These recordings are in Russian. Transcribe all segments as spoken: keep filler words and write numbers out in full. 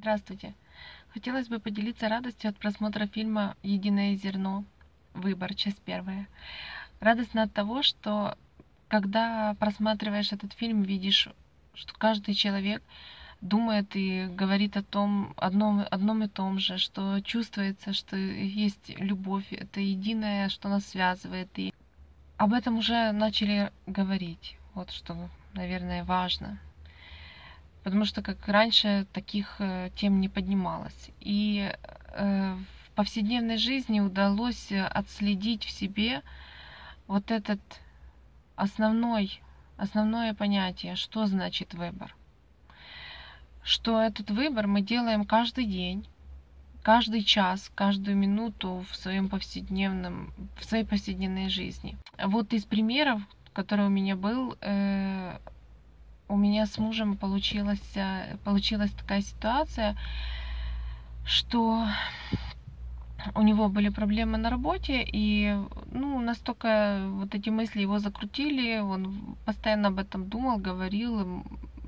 Здравствуйте! Хотелось бы поделиться радостью от просмотра фильма «Единое зерно. Выбор. Часть первая». Радостно от того, что когда просматриваешь этот фильм, видишь, что каждый человек думает и говорит о том, одном, одном и том же, что чувствуется, что есть любовь, это единое, что нас связывает. И об этом уже начали говорить. Вот что, наверное, важно. Потому что как раньше таких э, тем не поднималось. И э, в повседневной жизни удалось отследить в себе вот этот основной, основное понятие, что значит выбор. Что этот выбор мы делаем каждый день, каждый час, каждую минуту в своем повседневном, в своей повседневной жизни. Вот из примеров, который у меня был, э, у меня с мужем получилась, получилась такая ситуация, что у него были проблемы на работе, и ну, настолько вот эти мысли его закрутили, он постоянно об этом думал, говорил,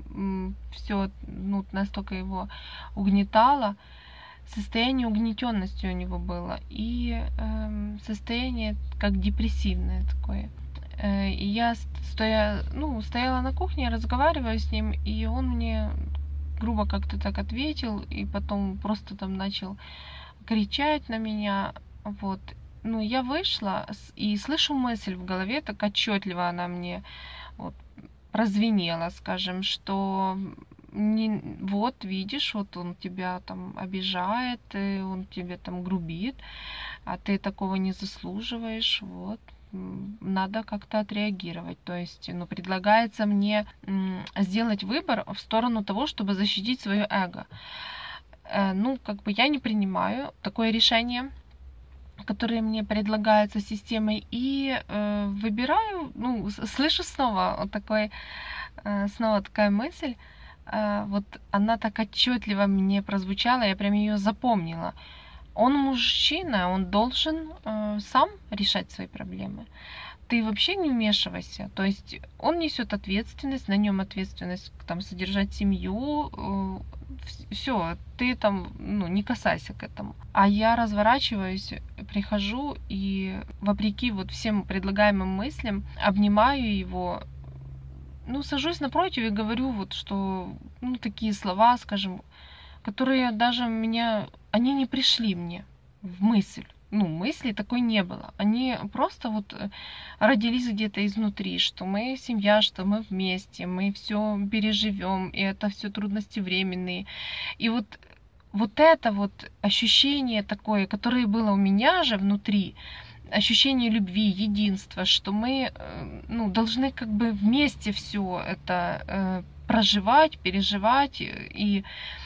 все ну, настолько его угнетало. Состояние угнетенности у него было, и э, состояние как депрессивное такое. И я стоя, ну, стояла на кухне, разговариваю с ним, и он мне грубо как-то так ответил, и потом просто там начал кричать на меня. Вот. Ну, я вышла и слышу мысль в голове, так отчетливо она мне вот, прозвенела, скажем, что не, вот видишь, вот он тебя там обижает, он тебе там грубит, а ты такого не заслуживаешь, вот. Надо как-то отреагировать. То есть, ну, предлагается мне сделать выбор в сторону того, чтобы защитить свое эго. Ну, как бы я не принимаю такое решение, которое мне предлагается системой, и э, выбираю, ну, слышу снова вот такой, э, снова такая мысль, э, вот она так отчетливо мне прозвучала, я прям ее запомнила. Он мужчина, он должен э, сам решать свои проблемы. Ты вообще не вмешивайся. То есть он несет ответственность, на нем ответственность там, содержать семью. Э, все, ты там ну, не касайся к этому. А я разворачиваюсь, прихожу и вопреки вот всем предлагаемым мыслям обнимаю его. Ну, сажусь напротив и говорю вот, что ну, такие слова, скажем, которые даже меня, они не пришли мне в мысль. Ну, мысли такой не было. Они просто вот родились где-то изнутри, что мы семья, что мы вместе, мы все переживем, и это все трудности временные. И вот, вот это вот ощущение такое, которое было у меня же внутри, ощущение любви, единства, что мы ну, должны как бы вместе все это проживать, переживать и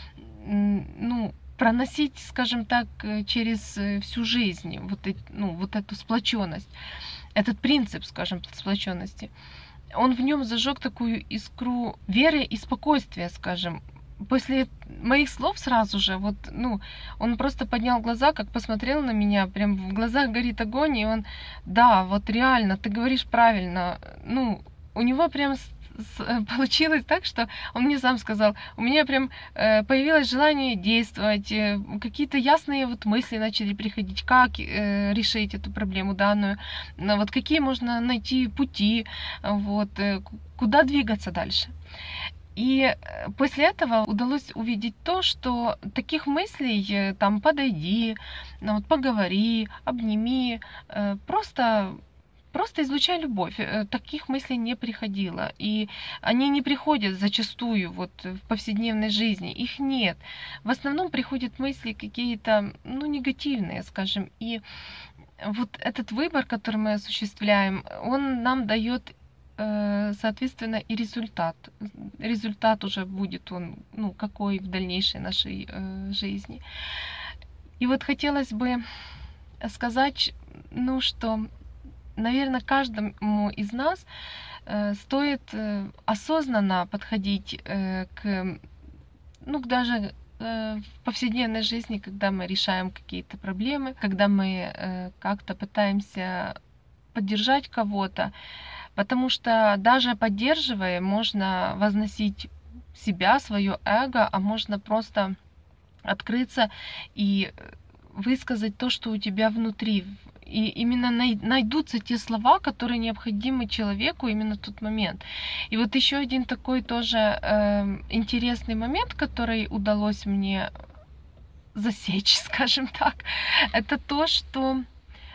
ну, проносить, скажем так, через всю жизнь вот, ну, вот эту сплоченность, этот принцип, скажем, сплоченности. Он в нем зажег такую искру веры и спокойствия, скажем. После моих слов сразу же, вот, ну, он просто поднял глаза, как посмотрел на меня, прям в глазах горит огонь, и он, да, вот реально, ты говоришь правильно, ну, у него прям получилось так, что он мне сам сказал, у меня прям э, появилось желание действовать, э, какие-то ясные вот мысли начали приходить, как э, решить эту проблему данную, ну, вот какие можно найти пути, вот, э, куда двигаться дальше. И после этого удалось увидеть то, что таких мыслей, там, подойди, ну, вот, поговори, обними, э, просто... Просто излучай любовь. Таких мыслей не приходило. И они не приходят зачастую вот, в повседневной жизни. Их нет. В основном приходят мысли какие-то ну, негативные, скажем. И вот этот выбор, который мы осуществляем, он нам дает, соответственно, и результат. Результат уже будет он, ну, какой в дальнейшей нашей жизни. И вот хотелось бы сказать, ну, что... Наверное, каждому из нас э, стоит э, осознанно подходить э, к, ну, даже э, в повседневной жизни, когда мы решаем какие-то проблемы, когда мы э, как-то пытаемся поддержать кого-то, потому что даже поддерживая, можно возносить себя, свое эго, а можно просто открыться и высказать то, что у тебя внутри. И именно найдутся те слова, которые необходимы человеку именно в тот момент. И вот еще один такой тоже э, интересный момент, который удалось мне засечь, скажем так, это то, что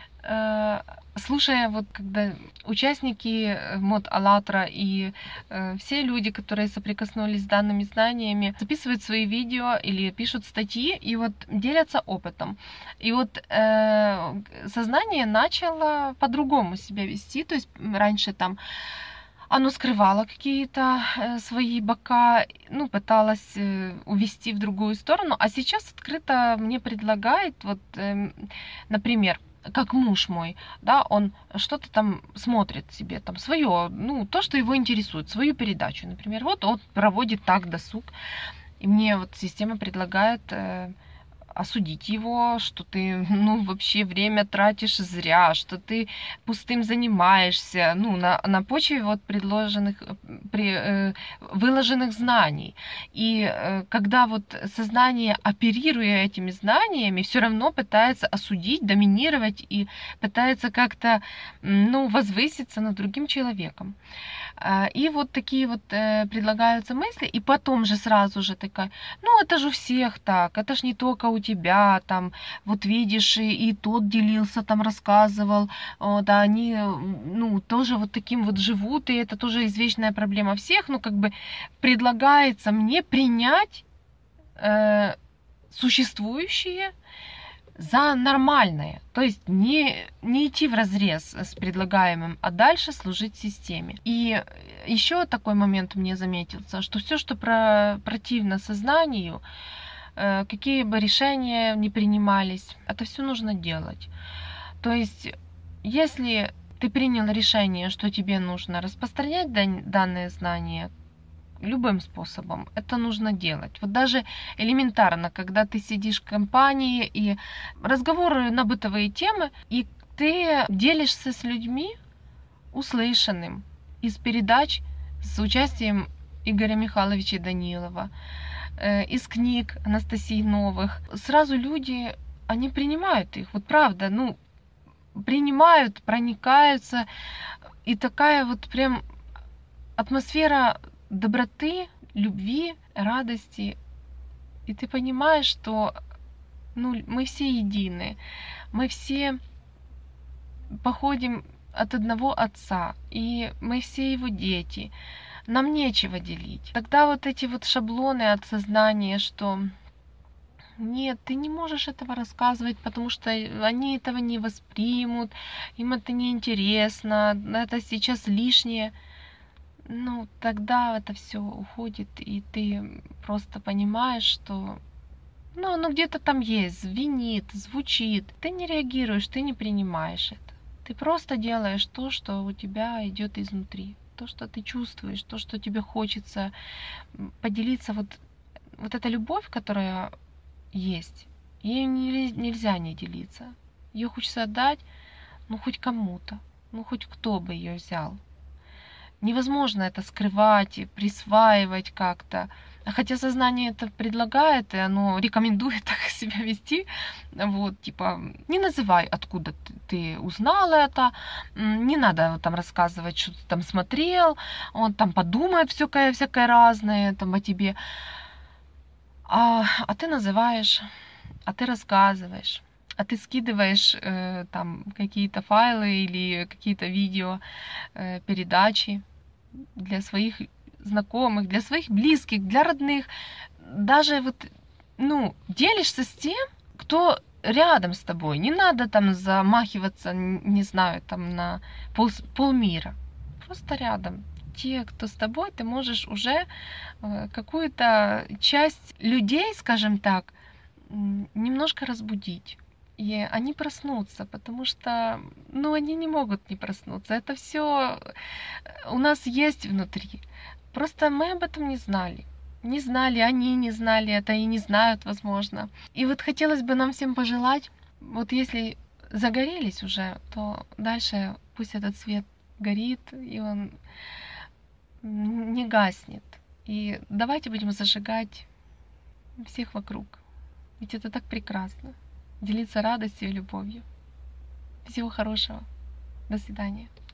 э, слушая, вот когда участники мод АЛЛАТРА и э, все люди, которые соприкоснулись с данными знаниями, записывают свои видео или пишут статьи и вот делятся опытом. И вот э, сознание начало по-другому себя вести, то есть раньше там оно скрывало какие-то э, свои бока, ну, пыталось э, увести в другую сторону, а сейчас открыто мне предлагает, вот, э, например, как муж мой, да, он что-то там смотрит себе, там, свое, ну, то, что его интересует, свою передачу, например, вот он проводит так досуг, и мне вот система предлагает э, осудить его, что ты, ну, вообще время тратишь зря, что ты пустым занимаешься, ну, на, на почве вот предложенных, при, э, выложенных знаний. И э, когда вот сознание, оперируя этими знаниями, все равно пытается осудить, доминировать и пытается как-то, ну, возвыситься над другим человеком. И вот такие вот э, предлагаются мысли, и потом же сразу же такая, ну это же у всех так, это ж не только у тебя, там, вот видишь, и, и тот делился, там, рассказывал, о, да, они, ну, тоже вот таким вот живут, и это тоже извечная проблема всех, ну, как бы предлагается мне принять э, существующие за нормальное, то есть не, не идти вразрез с предлагаемым, а дальше служить системе. И еще такой момент мне заметился, что все, что про, противно сознанию, э, какие бы решения ни принимались, это все нужно делать. То есть, если ты принял решение, что тебе нужно распространять данные знания, любым способом это нужно делать. Вот даже элементарно, когда ты сидишь в компании и разговоры на бытовые темы, и ты делишься с людьми услышанным из передач с участием Игоря Михайловича Данилова, из книг Анастасии Новых, сразу люди, они принимают их, вот правда, ну, принимают, проникаются, и такая вот прям атмосфера доброты, любви, радости. И ты понимаешь, что, ну, мы все едины. Мы все походим от одного Отца. И мы все Его дети. Нам нечего делить. Тогда вот эти вот шаблоны от сознания, что нет, ты не можешь этого рассказывать, потому что они этого не воспримут, им это не интересно, это сейчас лишнее. Ну, тогда это все уходит, и ты просто понимаешь, что, ну, оно где-то там есть, звенит, звучит. Ты не реагируешь, ты не принимаешь это. Ты просто делаешь то, что у тебя идет изнутри. То, что ты чувствуешь, то, что тебе хочется поделиться. Вот, вот эта любовь, которая есть, ей нельзя не делиться. Ее хочется отдать, ну, хоть кому-то, ну, хоть кто бы ее взял. Невозможно это скрывать и присваивать как-то. Хотя сознание это предлагает, и оно рекомендует так себя вести. Вот, типа, не называй, откуда ты узнал это, не надо там рассказывать, что ты там смотрел, он там подумает всякое, всякое разное там о тебе. А, а ты называешь, а ты рассказываешь. А ты скидываешь э, там какие-то файлы или какие-то видео, э, передачи для своих знакомых, для своих близких, для родных. Даже вот, ну, делишься с тем, кто рядом с тобой. Не надо там замахиваться, не знаю, там на пол, полмира. Просто рядом. Те, кто с тобой, ты можешь уже э, какую-то часть людей, скажем так, немножко разбудить. И они проснутся, потому что, ну, они не могут не проснуться. Это все у нас есть внутри. Просто мы об этом не знали. Не знали, они не знали это и не знают, возможно. И вот хотелось бы нам всем пожелать, вот если загорелись уже, то дальше пусть этот свет горит, и он не гаснет. И давайте будем зажигать всех вокруг. Ведь это так прекрасно. Делиться радостью и любовью. Всего хорошего. До свидания.